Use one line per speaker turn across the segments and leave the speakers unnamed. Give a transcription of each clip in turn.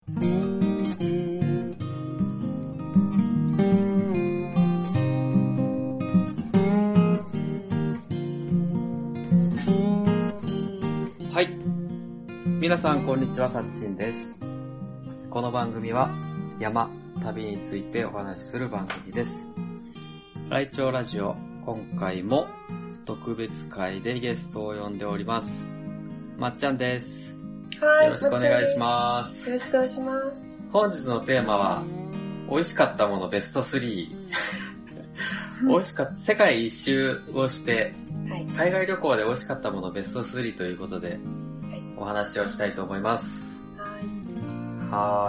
はい。皆さんこんにちは、さっちんです。この番組は山、旅についてお話しする番組です。ライチョウラジオ、今回も特別会でゲストを呼んでおります。まっちゃんです。
はい。
よろしくお願いします。
よろしくお願いします。
本日のテーマは、美味しかったものベスト3。美味しかった、世界一周をして、はい、海外旅行で美味しかったものベスト3ということで、はい、お話をしたいと思います。はい。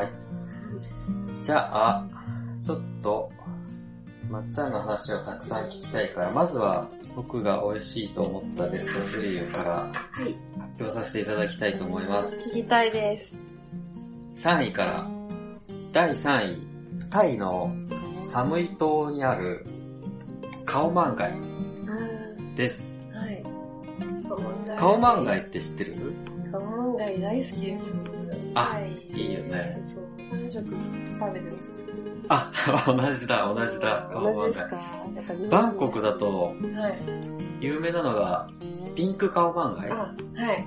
じゃあ、ちょっと、まっちゃんの話をたくさん聞きたいから、まずは僕が美味しいと思ったベスト3から発表させていただきたいと思います。
聞きたいです。
3位から、第3位、タイのサムイ島にあるカオマンガイです。
はい。
カオマンガイって知ってる？
カオマンガイ大好きです。
あ、いいよね。
そう、3食ずつ食べてます。
あ、同じだ、カオマンガイ。
同じですか？
バンコクだと、有名なのが、ピンクカオマンガイ。
あ、はい。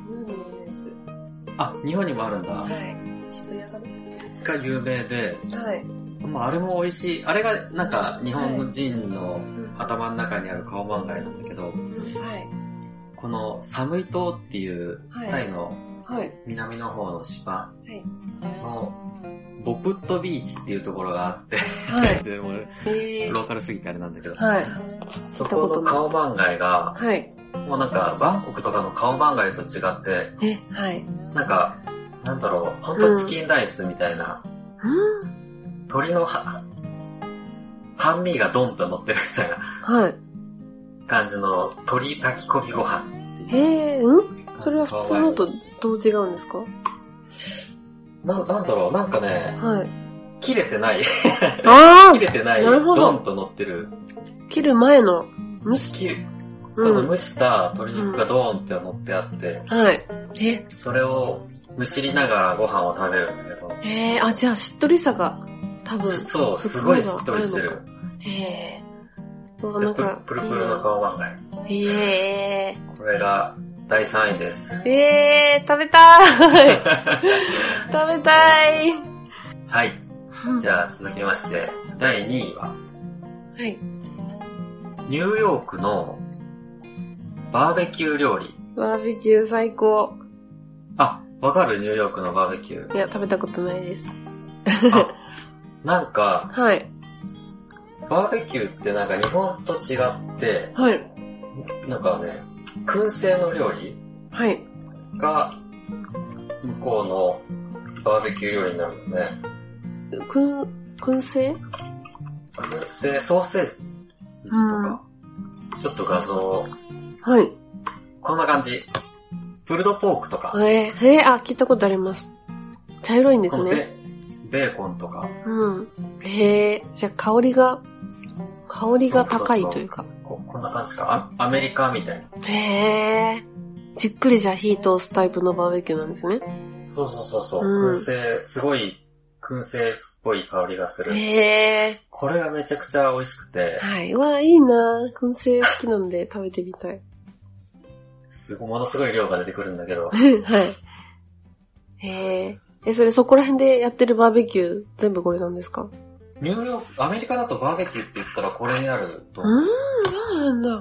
あ、日本にもあるんだ。
はい。渋谷かな？
が有名で、
はい。
まあ、あれも美味しい。あれがなんか日本人の頭の中にあるカオマンガイなんだけど、はい、このサムイ島っていうタイの南の方の島のボプットビーチっていうところがあって、はい、ローカルすぎてあれなんだけど、はい、そこのカオマンガイが、はい、もうなんかバンコクとかのカオマンガイと違って、はい、なんかなんだろう、ほんとチキンライスみたいな、鶏の半身がドンと乗ってるみたいな感じの鶏炊き込みご飯。
へー、それは普通のとどう違うんですか？
なんだろう、なんかね、はい、切れてない。切れてない。ドンと乗ってる。
切る前の蒸し
そう、蒸した鶏肉がドーンって乗ってあって、はい。それをむしりながらご飯を食べるんだけど。
あ、じゃあしっとりさが多分。
そう、すごいしっとりしてる。
なんか
プルプルのカオマンガイ。これが第3位です。
食べたい食べたい
はい。じゃあ続きまして、第2位は、はい。ニューヨークのバーベキュー料理。
バーベキュー最高。
あ、わかる？ニューヨークのバーベキュー。
いや、食べたことないです。
なんか、
はい。
バーベキューってなんか日本と違って、はい。なんかね、燻製の料理はい。が、向こうのバーベキュー料理になるのね。
燻製？
燻製、ソーセージとか、ちょっと画像。
はい。
こんな感じ。プルドポークとか。
あ、聞いたことあります。茶色いんですね。
ベーコンとか。
じゃあ香りが高いというか。
こんな感じか。アメリカみたいな。
じっくりじゃあ火通すタイプのバーベキューなんですね。
そう。燻製、すごい燻製っぽい香りがする。これがめちゃくちゃ美味しくて。
はい。わあ、いいな。燻製好きなんで食べてみたい。
ものすごい量が出てくるんだけど。
はい。それそこら辺でやってるバーベキュー全部これなんですか？
ニューヨーク、アメリカだとバーベキューって言ったらこれになると思う。
そうなんだ。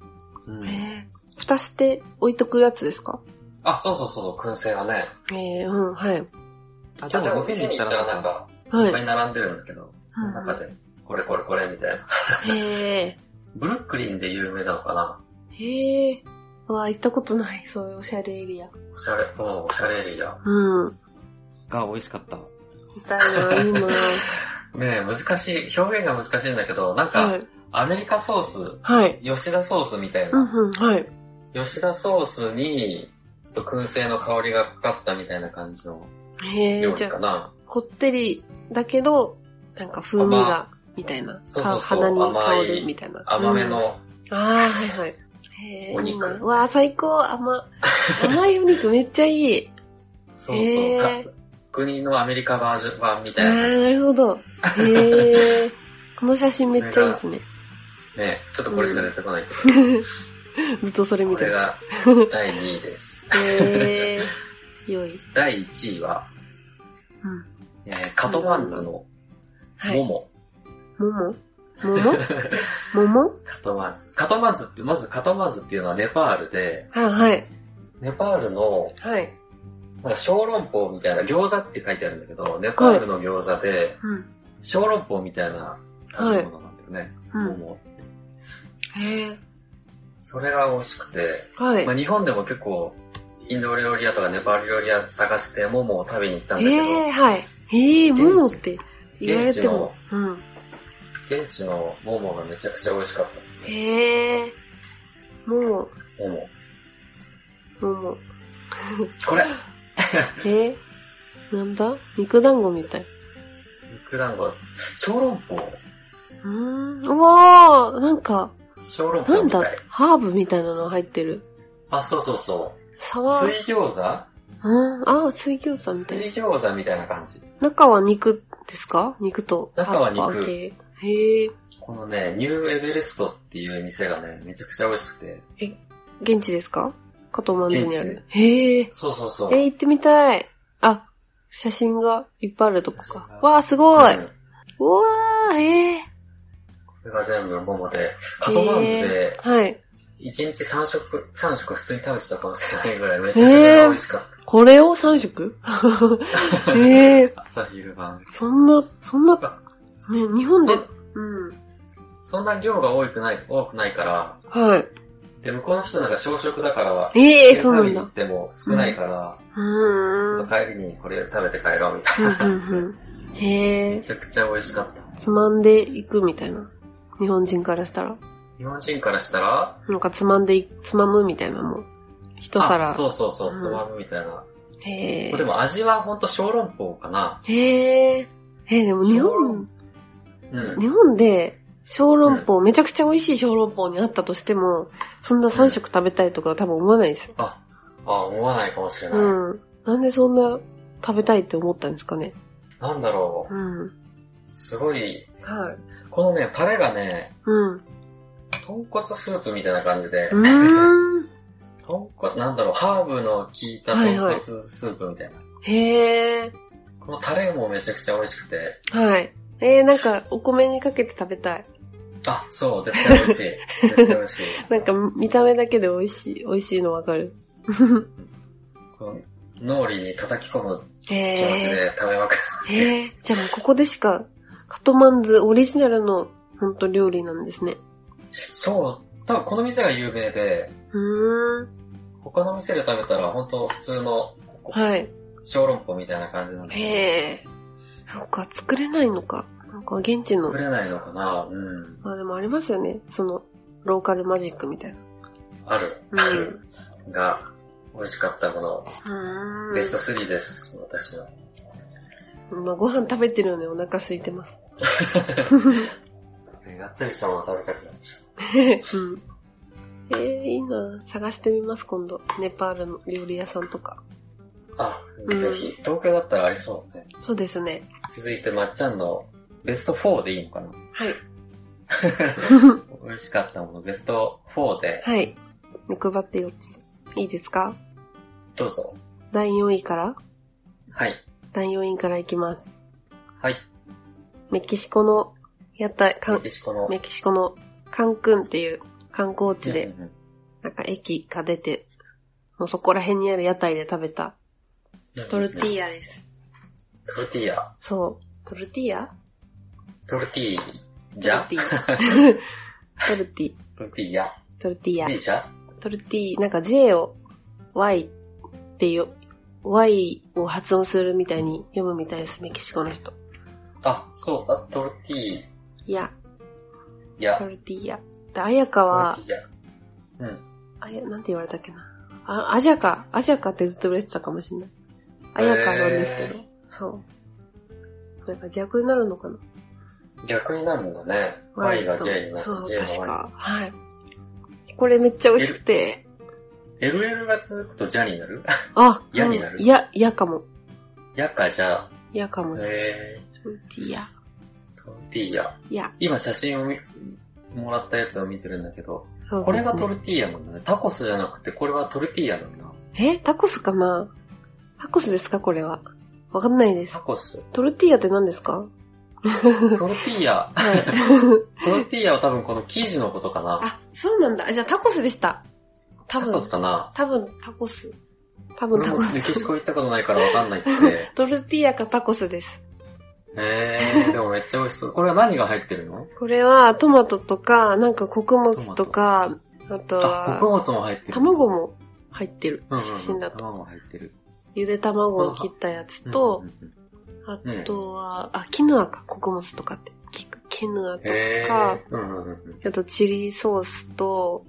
蓋して置いとくやつですか？
あ、そう、燻製はね。
はい。
でも店に行ったらなんか、いっぱい並んでるんだけど、その中で、これみたいな。ブルックリンで有名なのかな？
行ったことない、そういうおしゃれエリア。
おしゃれエリア。が美味しかった。
痛いな、いいな。
ねえ、難しい、表現が難しいんだけど、なんか、アメリカソース、吉田ソースみたいな。吉田ソースに、ちょっと燻製の香りがかかったみたいな感じの料理かな。
こってりだけど、なんか風味が、みたいな。鼻に香るみたいな。
甘めの。
お肉。わー、最高。甘いお肉めっちゃいい。
そう。 国のアメリカバージョン版みたいな。
なるほど。へえ。この写真めっちゃいいですね。
ね、ちょっとこれしか出てこないけど。
ずっとそれ見てる。
これが第2位です。
へー。良い。
第1位は、カトマンズのモモ。
モモモモ
カトマンズ。カトマンズっていうのはネパールで、
はい。
ネパールの、
はい。
なんか小籠包みたいな餃子って書いてあるんだけど、ネパールの餃子で、小籠包みたいな食べ物なんだよね。モモって。
へー。
それが美味しくて、
はい。
まあ、日本でも結構、インド料理屋とかネパール料理屋探してモモを食べに行ったんだけど、
はい。モモって言われても、
現地のモモがめちゃくちゃ美味しかった。
モモ。
これ
なんだ肉団子みたい。
肉団子。小籠包。
うわー、なんか、
小籠包みたい。
なんだハーブみたいなの入ってる。
あ、そう。水餃子
水餃子みたいな。
水餃子みたいな感じ。
中は肉ですか？肉と。
中は肉。
へー。
このね、ニューエベレストっていう店がね、めちゃくちゃ美味しくて。
現地ですか？カトマンズにある。へー。
そう。
行ってみたい。写真がいっぱいあるとこか。わー、すごい。うわー、
これが全部モモで、カトマンズで、
はい。
1日3食普通に食べてたかもしれないぐらいめちゃくちゃ美味しかった。
これを3食
朝昼晩。
そんな、ね、日本で、
そんな量が多くないから、
はい。
で、向こうの人なんか小食だから、
そうなんだ。
食べに行っても少ないから、ちょっと帰りにこれ食べて帰ろうみたいな感じで。めちゃくちゃ美味しかった。
つまんでいくみたいな。日本人からしたら。なんかつまむみたいなもん。一皿。
そう、つまむみたいな。でも味はほんと小籠包かな。
でも日本で小籠包、めちゃくちゃ美味しい小籠包にあったとしても、そんな3食食べたいとか多分思わないですよ。
思わないかもしれない。
なんでそんな食べたいって思ったんですかね。
なんだろう。すごい。
はい。
このね、タレがね、豚骨スープみたいな感じで、なんだろう、ハーブの効いた豚骨スープみたいな。このタレもめちゃくちゃ美味しくて。
はい。なんか、お米にかけて食べたい。
そう、絶対美味しい。
なんか、見た目だけで美味しいのわかる。
脳裏に叩き込む気持ちで食べまくる。
じゃあもうここでしか、カトマンズオリジナルのほんと料理なんですね。
そう、多分この店が有名で、他の店で食べたらほんと普通の、小籠包みたいな感じなんで。
そっか、作れないのか。なんか現地の。
作れないのかな。
でもありますよね。その、ローカルマジックみたいな。
ある。が、美味しかったもの。ベスト3です、私の。
ご飯食べてるのでお腹空いてます。
がっつりしたもの食べたくなっちゃ
う。いいな。探してみます、今度。ネパールの料理屋さんとか。
ぜひ。東京だったらありそうね。
そうですね。
続いてまっちゃんのベスト4でいいのかな？
はい。
美味しかったものベスト4で。
はい。欲張って4つ。いいですか？
どうぞ。
第4位から？
はい。
第4位からいきます。
はい。
メキシコの屋台、
メ
キシコのカンクンっていう観光地で、なんか駅が出て、もうそこら辺にある屋台で食べたトルティーヤです。
トルティーヤ？
そう。トルティーヤ？
トルティージャ？
トルティ。
トルティーヤ。
トルティーヤ。
いいじゃ？
トルティー、なんか J を Y っていう、Y を発音するみたいに読むみたいです、メキシコの人。
そうだ、トルティー。
いや。トルティーヤ。で、アヤカは、なんて言われたっけな。アジャカってずっと売れてたかもしれない。アヤカなんですけど。そう。なんか逆になるのかな。
逆になるんだね。Y が J になって。
そう、確か。はい。これめっちゃ美味しくて。
LL が続くとジャになる？
ヤになる？ヤかも。
やかじゃ。
やかもです。トルティーヤ。
トルティーヤ。
いや。
今写真をもらったやつを見てるんだけど、そうですね、これがトルティーヤなんだね。タコスじゃなくて、これはトルティーヤなんだ。
タコスかな？タコスですかこれは。わかんないです。
タコス。
トルティーヤって何ですか？
トルティーヤ。はい。トルティーヤは多分この生地のことかな。
あ、そうなんだ。じゃあタコスでした。
タコスかな？
多分タコス。多分タコス。
メキシコ行ったことないからわかんないって。
トルティーヤかタコスです。
でもめっちゃ美味しそう。これは何が入ってるの？
これはトマトとか、なんか穀物とか、あとは、
穀物も入ってる。
卵も入ってる。写真だと。
卵も入ってる。
ゆで卵を切ったやつと、あとは、キヌアか、穀物とかって。キヌアとか、あとチリソースと、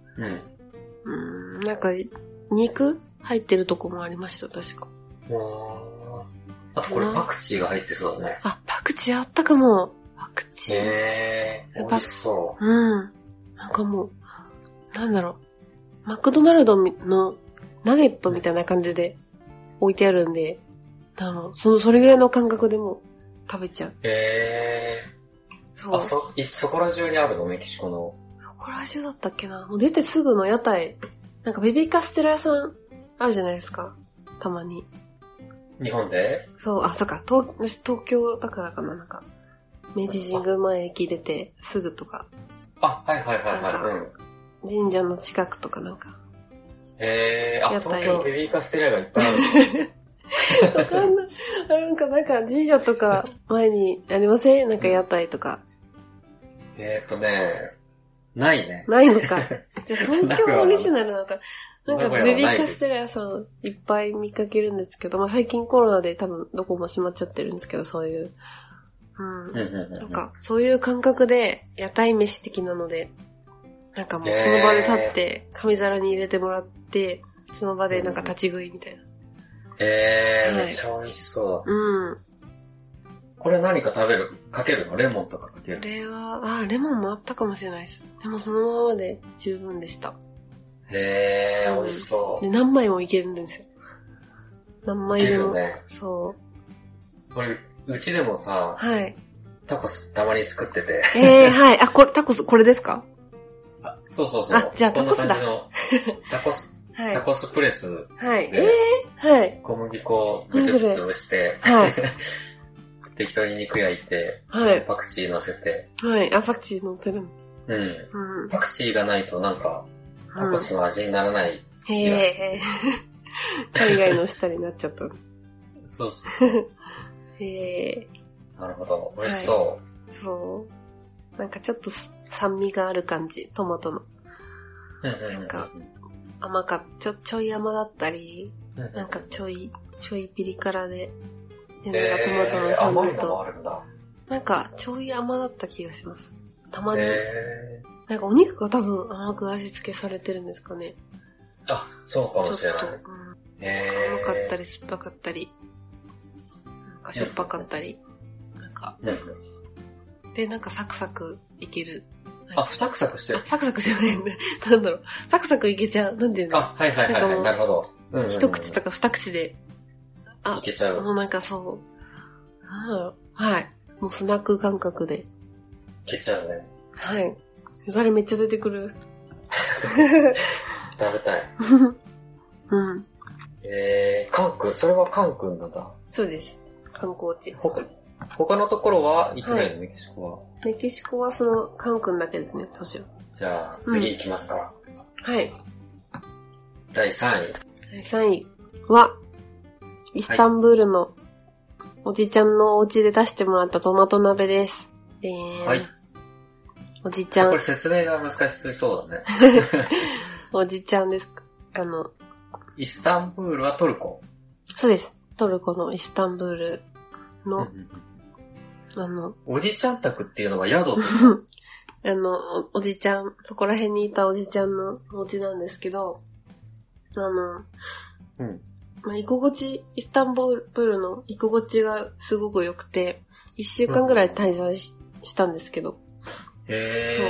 なんか、肉入ってるとこもありました、確か。
あとこれパクチーが入ってそうだね。
パクチーあったかも。パクチー。
美味しそう。
なんかもう、なんだろう。マクドナルドのナゲットみたいな感じで置いてあるんで、それぐらいの感覚でも食べちゃう。
そう。そこら中にあるのメキシコの。
そこら中だったっけな。もう出てすぐの屋台。なんかベビーカステラ屋さんあるじゃないですか。たまに。
日本で？
そう、そっか。東京だからかな。なんか、明治神宮前駅出てすぐとか。
はい。
神社の近くとかなんか。
東京ベビーカステラがいっぱいある。
わかんない。なんか神社とか前にありません？なんか屋台とか。
ないね。
ないのか。じゃあ東京オリジナルなのか。なんかベビーカステラ屋さんいっぱい見かけるんですけど、最近コロナで多分どこも閉まっちゃってるんですけど、そういう。なんかそういう感覚で屋台飯的なので、なんかもうその場で立って紙皿に入れてもらって、その場でなんか立ち食いみたいな。
めっちゃ美味しそう。これ何かかけるの？レモンとかかけるの？
これは、レモンもあったかもしれないです。でもそのままで十分でした。
美味しそう。
で、何枚もいけるんですよ。何枚でも。
ね、
そう。
これ、うちでもさ、タコスたまに作って
て。はい。タコス、これですか？
そう。
じゃあタコスだ。
タコスプレス。
はい。
小麦粉をぐちゅぐちゅ潰して、適当に肉焼いて、パクチー乗せて。
パクチー乗ってるの。
パクチーがないとなんか、タコスの味にならない気がする。
海外の下になっちゃった。
そう。なるほど。美味しそう。
そう。なんかちょっと酸味がある感じ、トマトの。なんか、ちょい甘だったり、なんかちょいピリ辛で、なんかトマトの酸味と、なんかちょい甘だった気がします。たまに。なんかお肉が多分甘く味付けされてるんですかね。
そうかもしれない。
甘かったり酸っぱかったり、なんかしょっぱかったり、なんか、で、なんかサクサクいける。
サクサクしてる。
サクサクしてないんだ。なんだろう。サクサクいけちゃう。なんていうの？
なるほど。
一口とか二口で。
いけちゃう。
もうなんかそう。なんだろう。はい。もうスナック感覚で。
いけちゃうね。
はい。それめっちゃ出てくる。
食べたい。カンクン、それはカンクンなんだ。
そうです。観光地。
他のところは行ってないの、メキシコは。
メキシコはそのカンクンだけですね、年は。
じゃあ、次行きますか。
はい。
第3位。
第3位は、イスタンブールのおじちゃんのお家で出してもらったトマト鍋です。はい。おじちゃん。
これ説明が難しそうだね。
おじちゃんです。
イスタンブールはトルコ？
そうです。トルコのイスタンブールの、
おじちゃん宅っていうのは宿
おじちゃん、そこら辺にいたおじちゃんのお家なんですけど、居心地、イスタンブールの居心地がすごく良くて、1週間ぐらい滞在したんですけど、そう、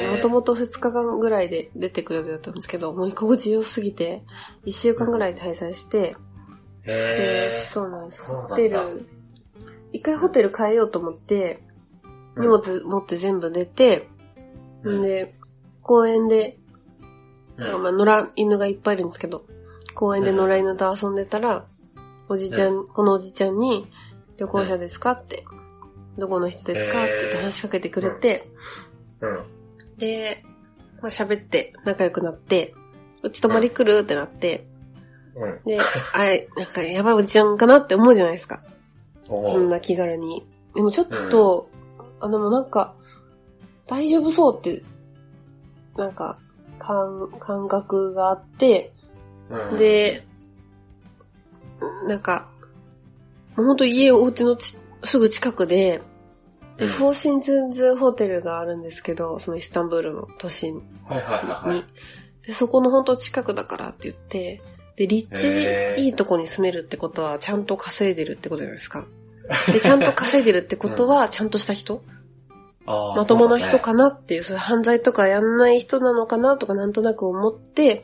もともと2日間ぐらいで出てくるやつだったんですけど、もう居心地良すぎて、1週間ぐらい滞在して、 で、そうなんです。一回ホテル変えようと思って、荷物持って全部出て、で、公園で、犬がいっぱいいるんですけど、公園で野良犬と遊んでたら、このおじちゃんに、旅行者ですかって、どこの人ですかって話しかけてくれて、で、喋って仲良くなって、うち泊まり来るってなって、で、なんかやばいおじちゃんかなって思うじゃないですか。そんな気軽に。でもちょっと、でもなんか、大丈夫そうって、なんか、感覚があって、で、なんか、もうほんとお家のすぐ近くで、フォーシーズンズホテルがあるんですけど、そのイスタンブールの都心に。で、そこのほんと近くだからって言って、で、立地いいとこに住めるってことは、ちゃんと稼いでるってことじゃないですか。で、ちゃんと稼いでるってことは、ちゃんとした人、まともな人かなっていう、そういう犯罪とかやんない人なのかなとかなんとなく思って、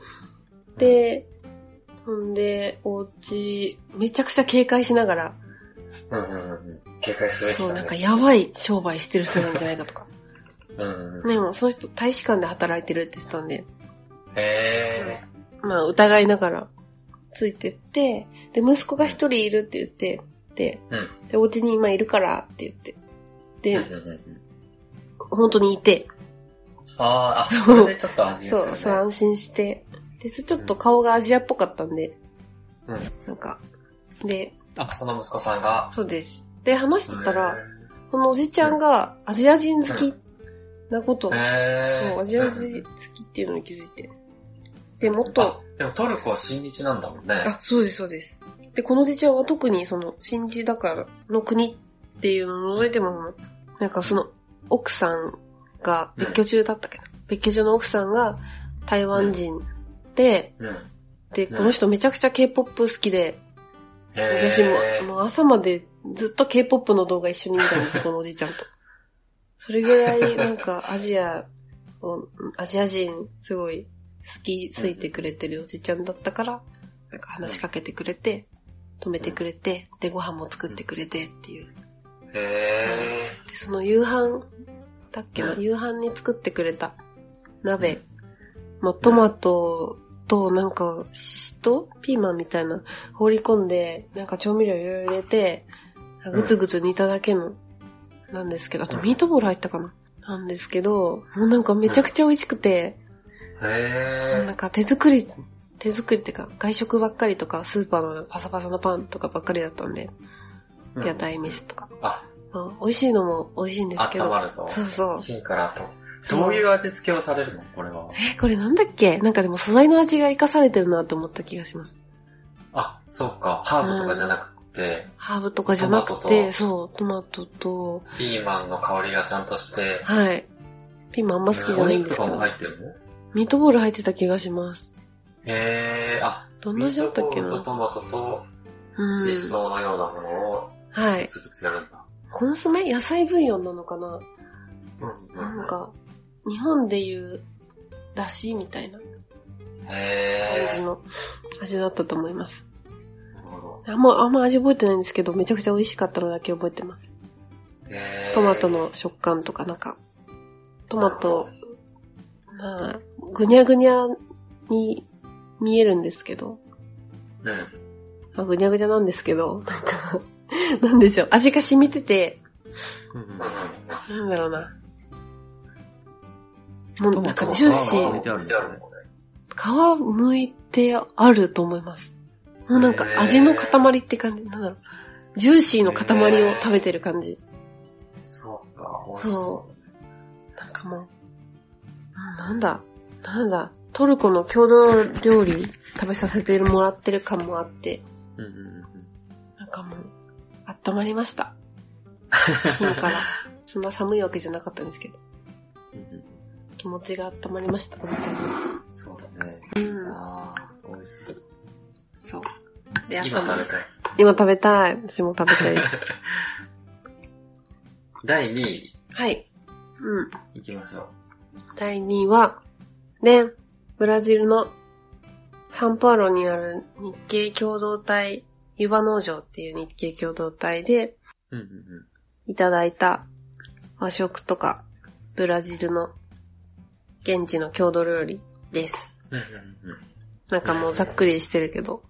で、お家、めちゃくちゃ警戒しながら、
警戒する人、
そう、なんかやばい商売してる人なんじゃないかとか。でも、その人、大使館で働いてるって言ってたんで、まあ、疑いながら、ついてって、で、息子が一人いるって言って、で、お家に今いるからって言って、で、本当にいて、
それでちょっと安心する、ね。
そう、安心して、で、ちょっと顔がアジアっぽかったんで、なんか、で、
その息子さんが
そうです。で、話してたら、このおじちゃんがアジア人好きなこと、そう、アジア人好きっていうのに気づいて。で、もっと、
でもトルコは親日なんだもんね。
そうです、そうです。で、このおじちゃんは特にその、親日だからの国っていうのを除いても、なんかその、奥さんが別居中だったっけど、別居中の奥さんが台湾人で、で、この人めちゃくちゃ K-POP 好きで、私もう朝までずっと K-POP の動画一緒に見たんです、このおじちゃんと。それぐらいなんかアジア人すごい好いてくれてるおじちゃんだったから、なんか話しかけてくれて、止めてくれて、で、ご飯も作ってくれてっていう。で、その夕飯だっけな、夕飯に作ってくれた鍋、トマトとなんかシシトピーマンみたいな放り込んで、なんか調味料いろいろ入れて、ぐつぐつ煮ただけのなんですけど、あとミートボール入ったかななんですけど、もうなんかめちゃくちゃ美味しくて、なんか手作りってか、外食ばっかりとか、スーパーのパサパサのパンとかばっかりだったんで、屋台飯とか。美味しいのも美味しいんですけど。
温まると。
そうそう。
芯からと。どういう味付けをされるのこれは。
これなんだっけなんかでも素材の味が活かされてるなって思った気がします。
そうか。ハーブとかじゃなくて。
ハーブとかじゃなくて、そう、トマトと。
ピーマンの香りがちゃんとして。
はい。ピーマンあんま好きじゃないんですけど。
お肉とかも入ってるの？
ミートボール入ってた気がします。
ど
んな味だったっけな？
ミートボールとトマトと、シシトウのようなものを、つぶつやるんだ。
コンソメ？野菜ブイヨンなのかな？なんか、日本でいうだしみたいな感じの味だったと思います。あんま味覚えてないんですけど、めちゃくちゃ美味しかったのだけ覚えてます。トマトの食感とかなんか、トマト、ぐにゃぐにゃに見えるんですけど、ぐにゃぐにゃなんですけど、なんか、なんでしょう、味が染みてて、なんだろうな。もうなんかジューシー。皮剥いてあると思います。もうなんか味の塊って感じ。なんだろう。ジューシーの塊を食べてる感じ。
そうか、
そう。なんかもう、なんだ。トルコの郷土料理食べさせてもらってる感もあって、なんかもう、温まりました。芯から。そんな寒いわけじゃなかったんですけど。気持ちが温まりました、おじちゃんに。
そうですね。美味しい。
そう。
で、今食べたい。
今食べたい。私も食べたいです。
第2位。
はい。
行きましょう。
第2位は、ブラジルのサンパウロにある日系共同体湯葉農場っていう日系共同体で、いただいた和食とか、ブラジルの現地の郷土料理です。なんかもうざっくりしてるけど。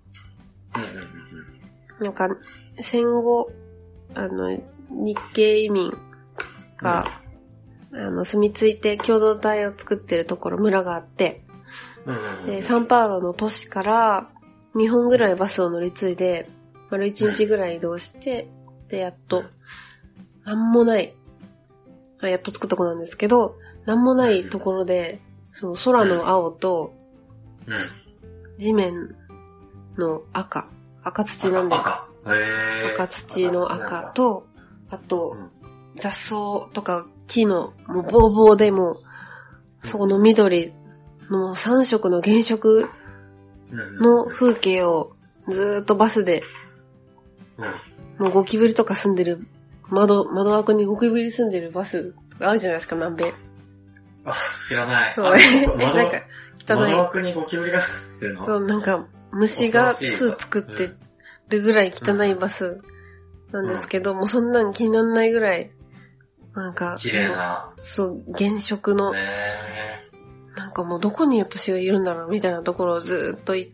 なんか、戦後、日系移民が、住み着いて共同体を作ってるところ、村があって、で、サンパウロの都市から2本ぐらいバスを乗り継いで、丸1日ぐらい移動して、で、やっと、なんもない、やっと着くとこなんですけど、なんもないところで、その空の青と、地面の赤土なんで、赤土の赤と、あと、雑草とか木の、もうボーボーでも、そこの緑の3色の原色の風景をずーっとバスで、もうゴキブリとか住んでる、窓枠にゴキブリ住んでるバスとかあるじゃないですか、南米。
あ、知らない。
そう、なんか、汚い。
窓枠にゴキブリが住んでるの？
そう、なんか、虫が巣作ってるぐらい汚いバスなんですけど、もうそんなん気にならないぐらい、なんか、
綺麗な。
そう、原色の、なんかもうどこに私がいるんだろうみたいなところをずーっと行って、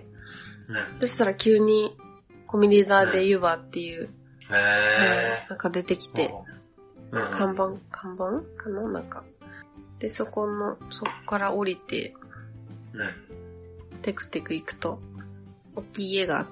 そしたら急にコミリダーで湯葉っていう、なんか出てきて、看板かななんか。で、そこから降りて、テクテク行くと、大きい家があって、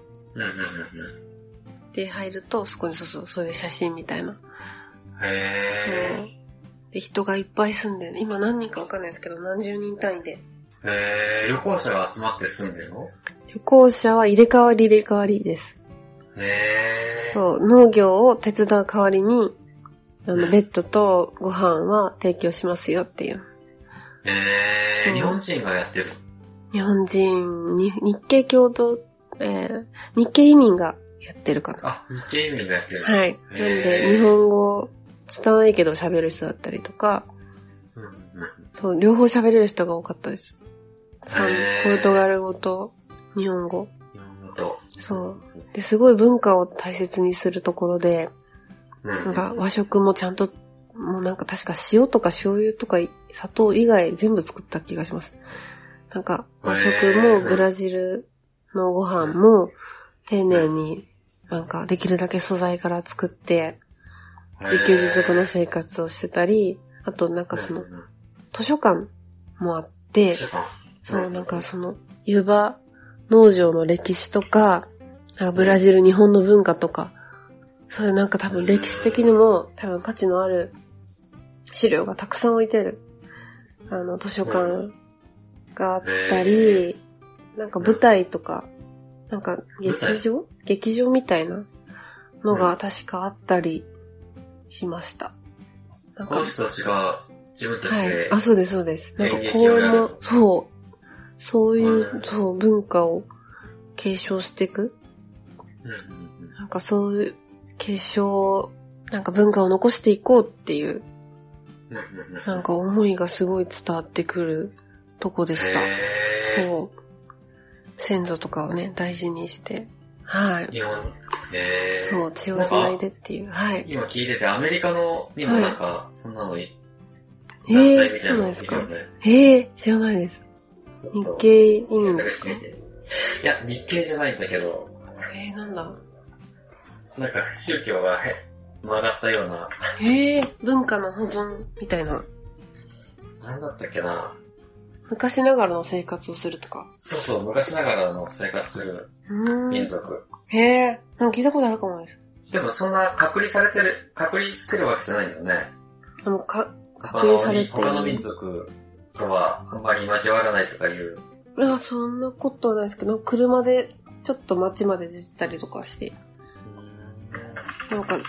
で、入ると、そこにそういう写真みたいな。そう。で、人がいっぱい住んでる、今何人かわかんないですけど、何十人単位で。
旅行者が集まって住んでるの？
旅行者は入れ替わりです。そう、農業を手伝う代わりに、ベッドとご飯は提供しますよっていう。
日本人がやってる？
日本人、日系共同、日系移民がやってるかな。
あ、日系移民がやってる。
はい。なんで、日本語、拙いけど喋る人だったりとか、そう、両方喋れる人が多かったです。ポルトガル語と日本語。そう。で、すごい文化を大切にするところで、なんか和食もちゃんと、もうなんか確か塩とか醤油とか砂糖以外全部作った気がします。なんか和食もブラジルのご飯も丁寧になんかできるだけ素材から作って自給自足の生活をしてたり、あとなんかその図書館もあって、そうなんかその湯葉農場の歴史とか、ブラジル日本の文化とか、そういうなんか多分歴史的にも多分価値のある資料がたくさん置いてる図書館があったり、なんか舞台とか、なんか劇場みたいなのが確かあったりしました。
なんかこの人たちが自分たちで、
はい、そうです。なんか公園も、そういう、そう、文化を継承していく。なんかそういう、継承、なんか文化を残していこうっていう、なんか思いがすごい伝わってくるとこでした。そう。先祖とかをね、大事にして。はい。そう、血を繋いでっていう。はい。
今聞いてて、アメリカのにもなんか、そんなの
そうなんですか。知らないです。日系移民ですか？い
や、日系じゃないんだけど。
なんだ？
なんか宗教が曲がったような。
文化の保存みたいな。
なんだったっけな。
昔ながらの生活をするとか。
そう、昔ながらの生活する民族。
なんか聞いたことあるかもです。
でもそんな隔離してるわけじゃないんだよね。
隔離されてる。
他の民族とはあんまり交わらないとかいう。
そんなことはないですけど、車でちょっと街まで出たりとかして。なんか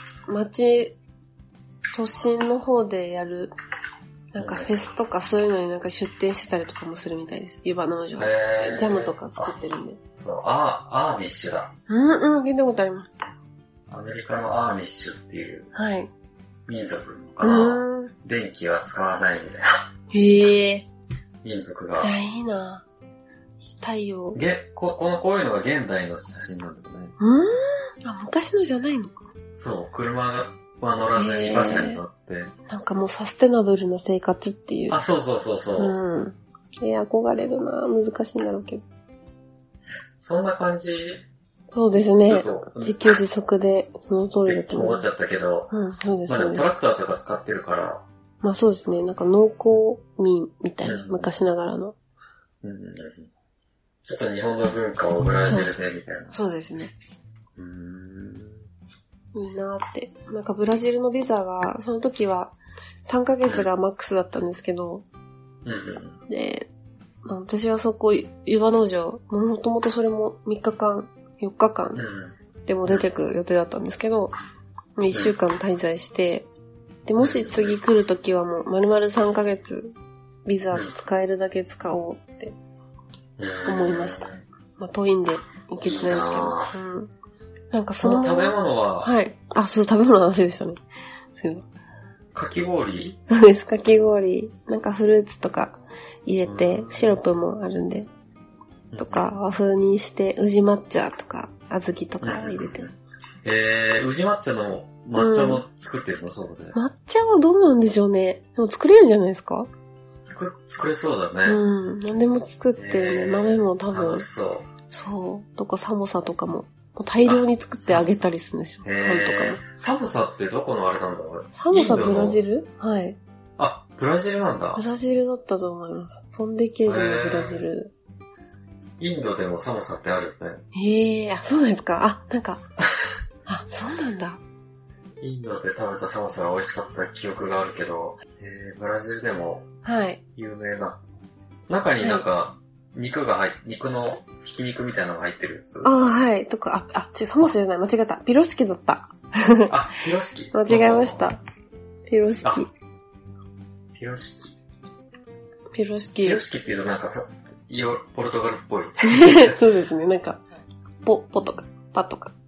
都心の方でやる、なんかフェスとかそういうのになんか出店してたりとかもするみたいです。湯葉農場。ジャムとか作ってるんで。
そう、アーミッシュだ。
聞いたことあります。
アメリカのアーミッシュっていう。
はい。
民族かな。電気は使わないみたいな。
民
族が。
いいな。 太陽。
こういうのが現代の写真なんだよね。
昔のじゃないのか。
そう、車は乗らずに馬車に乗って。
なんかもうサステナブルな生活っていう。
そう。
憧れるな。難しいんだろうけど。
そんな感じ。
そうですね。自給自足で、その通りだと
思っちゃったけど。
そうですね。
でもトラクターとか使ってるから。
そうですね。なんか農耕民みたいな、昔ながらの。
ちょっと日本の文化をブラジルでみたいな。
そうですね。いいなーって。なんかブラジルのビザが、その時は3ヶ月がマックスだったんですけど、で、私はそこ、湯葉農場、もともとそれも3日間、4日間でも出てく予定だったんですけど、1週間滞在して、で、もし次来るときはもう丸々3ヶ月ビザ使えるだけ使おうって思いました。遠いんで行けてないですけど。なんかその
食べ物は
はい。そう、食べ物の話でしたね。
かき氷？
そうです、かき氷。なんかフルーツとか入れて、シロップもあるんで、とか和風にして、宇治抹茶とか、小豆とか入れて。
宇治抹茶の抹茶も作ってるの、そうで。
抹茶はどうなんでしょうね。でも作れるんじゃないですか？
作れそうだね。
何でも作ってるね。豆も多分。
そう。
とかサモサとかも。大量に作ってあげたりするんですよ。パンとかも。
サモサってどこのあれなんだろう？
サモサブラジル？はい。
ブラジルなんだ。
ブラジルだったと思います。ポンデケージのブラジル。
インドでもサモサってあるよね。
そうなんですか？なんか、そうなんだ。
インドで食べたサモサが美味しかった記憶があるけど、ブラジルでも有名な。中になんか、肉のひき肉みたいなのが入ってるやつ。
はい。とか、サモサじゃない、間違えた。ピロシキだった。
ピロシキ。
間違えました。ピロシキ。
ピロシキ。
ピロシキ。
ピロシキっていうとなんかポルトガルっぽい。
そうですね、なんか、ポとか、パとか。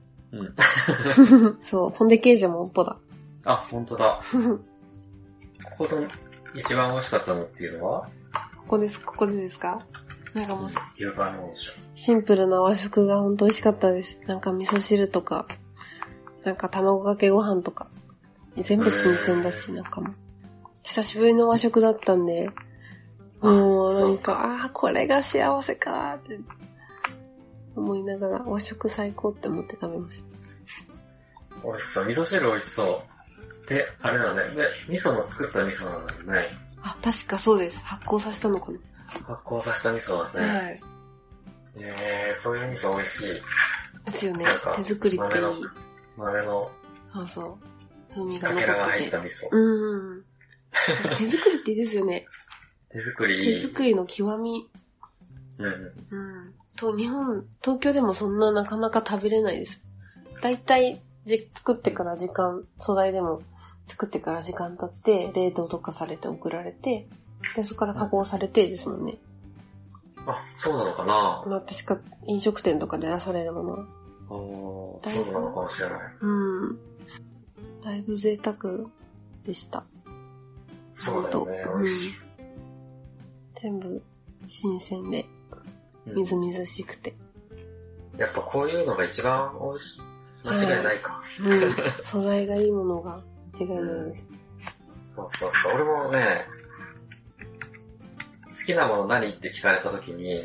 そう、ポンデケージもポだ。
ほんとだ。ここで一番美味しかったのっていうのは？
ここでですか？なんかもう、
湯葉農場。
シンプルな和食がほんと美味しかったです。なんか味噌汁とか、なんか卵かけご飯とか、全部新鮮だし、なんかもう、久しぶりの和食だったんで、もうなんか、これが幸せかーって思いながら和食最高って思って食べました。
美味しそう。味噌汁美味しそう。で、あれだね。で、味噌も作った味噌なんだよね。
確かそうです。発酵させたのかな。
発酵させた味噌だね。
はい。
そういう味噌美味しい。
ですよね。手作りっていい。
豆の。
そう。風味が残ってて。かけ
らが入った味噌。
手作りっていいですよね。
手作り
の極み。東京でもそんななかなか食べれないです。だいたい作ってから素材でも作ってから時間経って、冷凍とかされて送られて、で、そこから加工されてですもんね。
そうなのかな？
確か飲食店とかで出されるものは。
そうなのかもしれない。
だいぶ贅沢でした。
そうだよね、美味しい。
全部新鮮で、みずみずしくて。
やっぱこういうのが一番美味しい。間違いないか。
素材がいいものが間違いないです。
そう。俺もね、好きなもの何って聞かれたときに、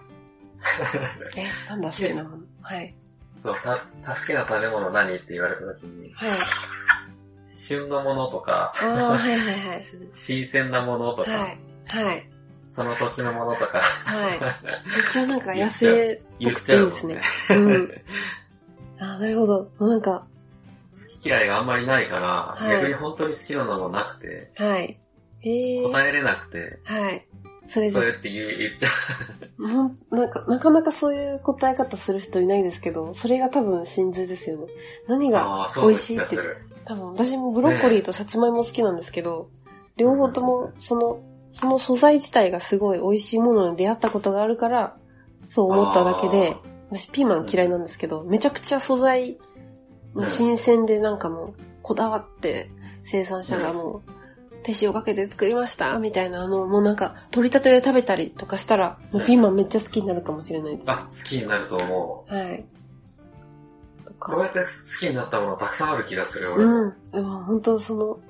なんだ好きなもの？
そう、好きな食べ物何って言われたときに、旬のものとか、新鮮なものとか、その土地のものとか、
めっちゃなんか野生っぽくていいですね。なるほど。なんか、
好き嫌いがあんまりないから、逆に本当に好きなのもなくて、答えれなくて、それって言っちゃ
う。なかなかそういう答え方する人いないですけど、それが多分真髄ですよね。何が美味しいって。多分私もブロッコリーとさつまいも好きなんですけど、両方ともその素材自体がすごい美味しいものに出会ったことがあるから、そう思っただけで、私ピーマン嫌いなんですけど、めちゃくちゃ素材新鮮でなんかもうこだわって生産者がもう手塩かけて作りましたみたいなのをもうなんか取り立てで食べたりとかしたら、もうピーマンめっちゃ好きになるかもしれないです。
好きになると思
う。はい。
そうやって好きになったものたくさんある気がする、俺。
でも本当旬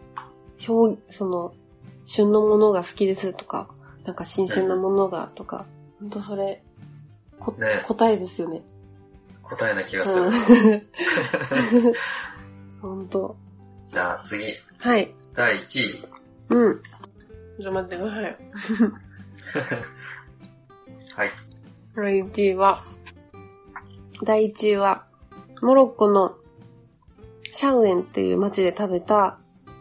のものが好きですとか、なんか新鮮なものがとか、本当それ、答えですよね。
答えな気がする。
本当。
じゃあ次。
はい。
第1位。
ちょっと待ってください。
はい。
第1位は、モロッコのシャウエンっていう町で食べた、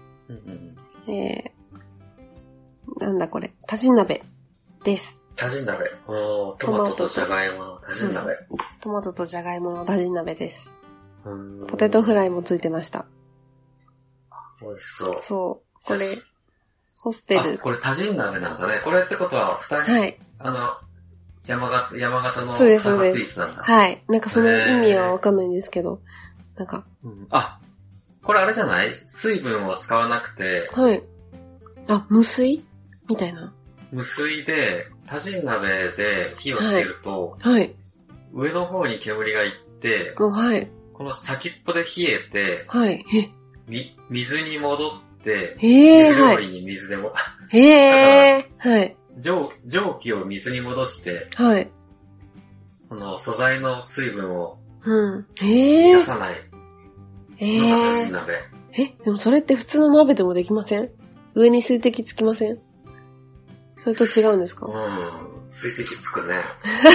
なんだこれ、タジン鍋です。
タジン鍋。トマトとジャガイモのタジン鍋。
トマトとジャガイモのタジン鍋です。ポテトフライもついてました。
美味しそう。
そう。これ、ホステル。
これタジン鍋なんだね。これってことは、2人、はい。山形の
そうです、そうです。
スイーツなんだ。
はい。なんかその意味はわかんないんですけど、なんか。
これあれじゃない？水分を使わなくて。
はい。無水みたいな。
無水で、タジン鍋で火をつけると、
はい。
上の方に煙がいって、
はい。
この先っぽで冷えて、
はい。
水に戻って、
料
理に水でも、
はい。
蒸気を水に戻して、
はい。
この素材の水分を、
逃
がさないのがタジン鍋。
でもそれって普通の鍋でもできません？上に水滴つきません？それと違うんですか？
水滴つくね。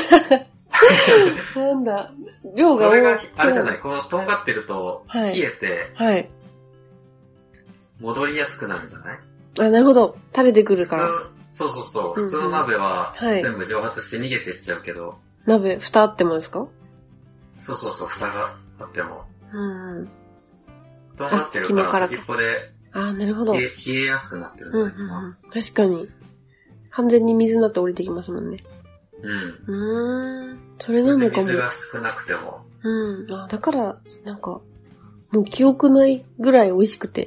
なんだ、量が多い。
それが、あれじゃない、このとんがってると、冷えて、
はい。
戻りやすくなるんじゃない？
なるほど。垂れてくるから。
そう。普通の鍋は、全部蒸発して逃げていっちゃうけど。
鍋、蓋あってもですか？
そう、蓋があっても。とんがってる
から
先っぽで、
なるほど。
冷えやすくなってるんだ
けど。確かに。完全に水になって降りてきますもんね。それなのかも。
水が少なくても。
だから、なんか、もう記憶ないぐらい美味しくて。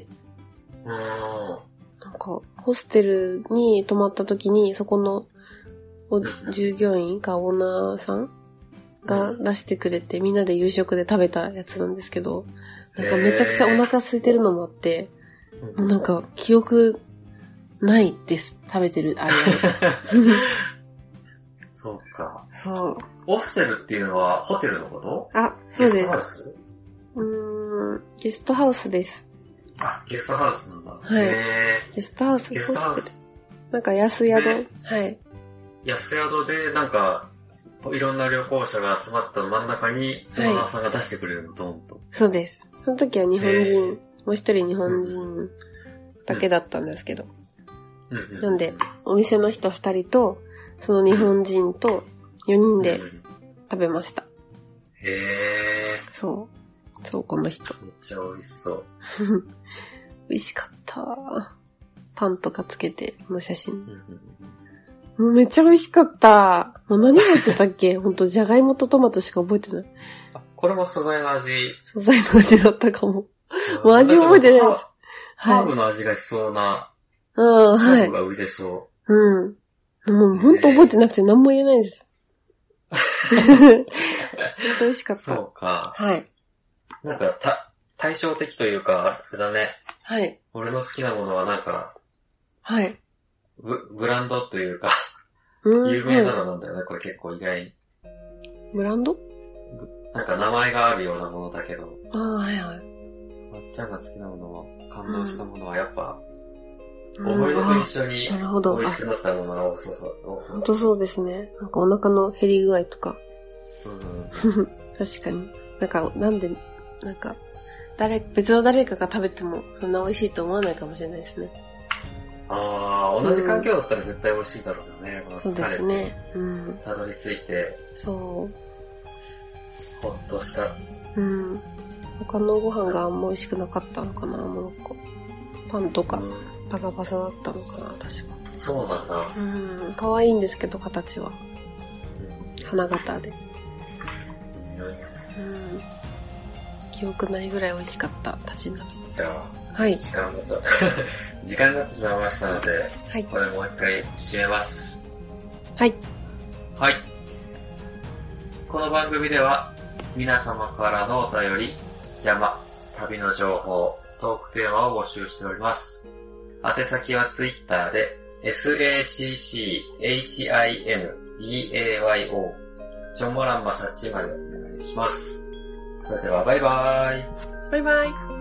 なんか、ホステルに泊まった時に、そこの従業員かオーナーさんが出してくれて、みんなで夕食で食べたやつなんですけど、なんかめちゃくちゃお腹空いてるのもあって、もうなんか記憶ないです。食べてる間に。
そうか。
そう。
ホステルっていうのはホテルのこと？
そうです。
ゲストハウス？
ゲストハウスです。
ゲストハウスなんだ。
はい。ゲストハウス。なんか安宿？はい。
安宿でなんか、いろんな旅行者が集まった真ん中に、オーナーさんが出してくれるの、ドンと。
そうです。その時は日本人、もう一人日本人だけだったんですけど。なんで、お店の人2人と、その日本人と4人で食べました。そう、この人。
めっちゃ美味しそう。
美味しかった。パンとかつけて、この写真。もうめっちゃ美味しかった。もう何入ってたっけ？ほんと、じゃがいもとトマトしか覚えてない。
これも素材の味。
素材の味だったかも。もう味覚えてないです。
ハーブの味がしそうな。
ハ
ーブが売れそう。
もうほんと覚えてなくて何も言えないです。ほんと美味しかった。
そうか。
はい。
なんか、対照的というか、あれだね。
はい。
俺の好きなものはなんか、
はい。
ブランドというか、有名なのなんだよね、これ結構意外に。
ブランド？
なんか名前があるようなものだけど。
はい。
まっちゃんが好きなものは、感動したものはやっぱ、思い出と一緒に美味しくなったものが多そう。
ほんとそうですね。なんかお腹の減り具合とか。確かに。なんか、別の誰かが食べてもそんな美味しいと思わないかもしれないですね。
同じ環境だったら絶対美味しいだろうね。この疲れて。
そうですね。
たどり着いて。
そう。
ほっとした。
他のご飯があんま美味しくなかったのかな、モロッコ。パンとか、パサパサだったのかな、確か。
そうなんだ。
可愛いんですけど、形は。花形で。 記憶ないぐらい美味しかった立ち鍋。
じゃあ、
はい。
時間になってしまいましたので、はい。これもう一回締めます。
はい。
はい。この番組では、皆様からのお便り、山、旅の情報、トークテーマを募集しております。宛先はツイッターで、SACCHINDAYO、ジョンモランマサッチまでお願いします。それではバイバーイ。
バイバイ。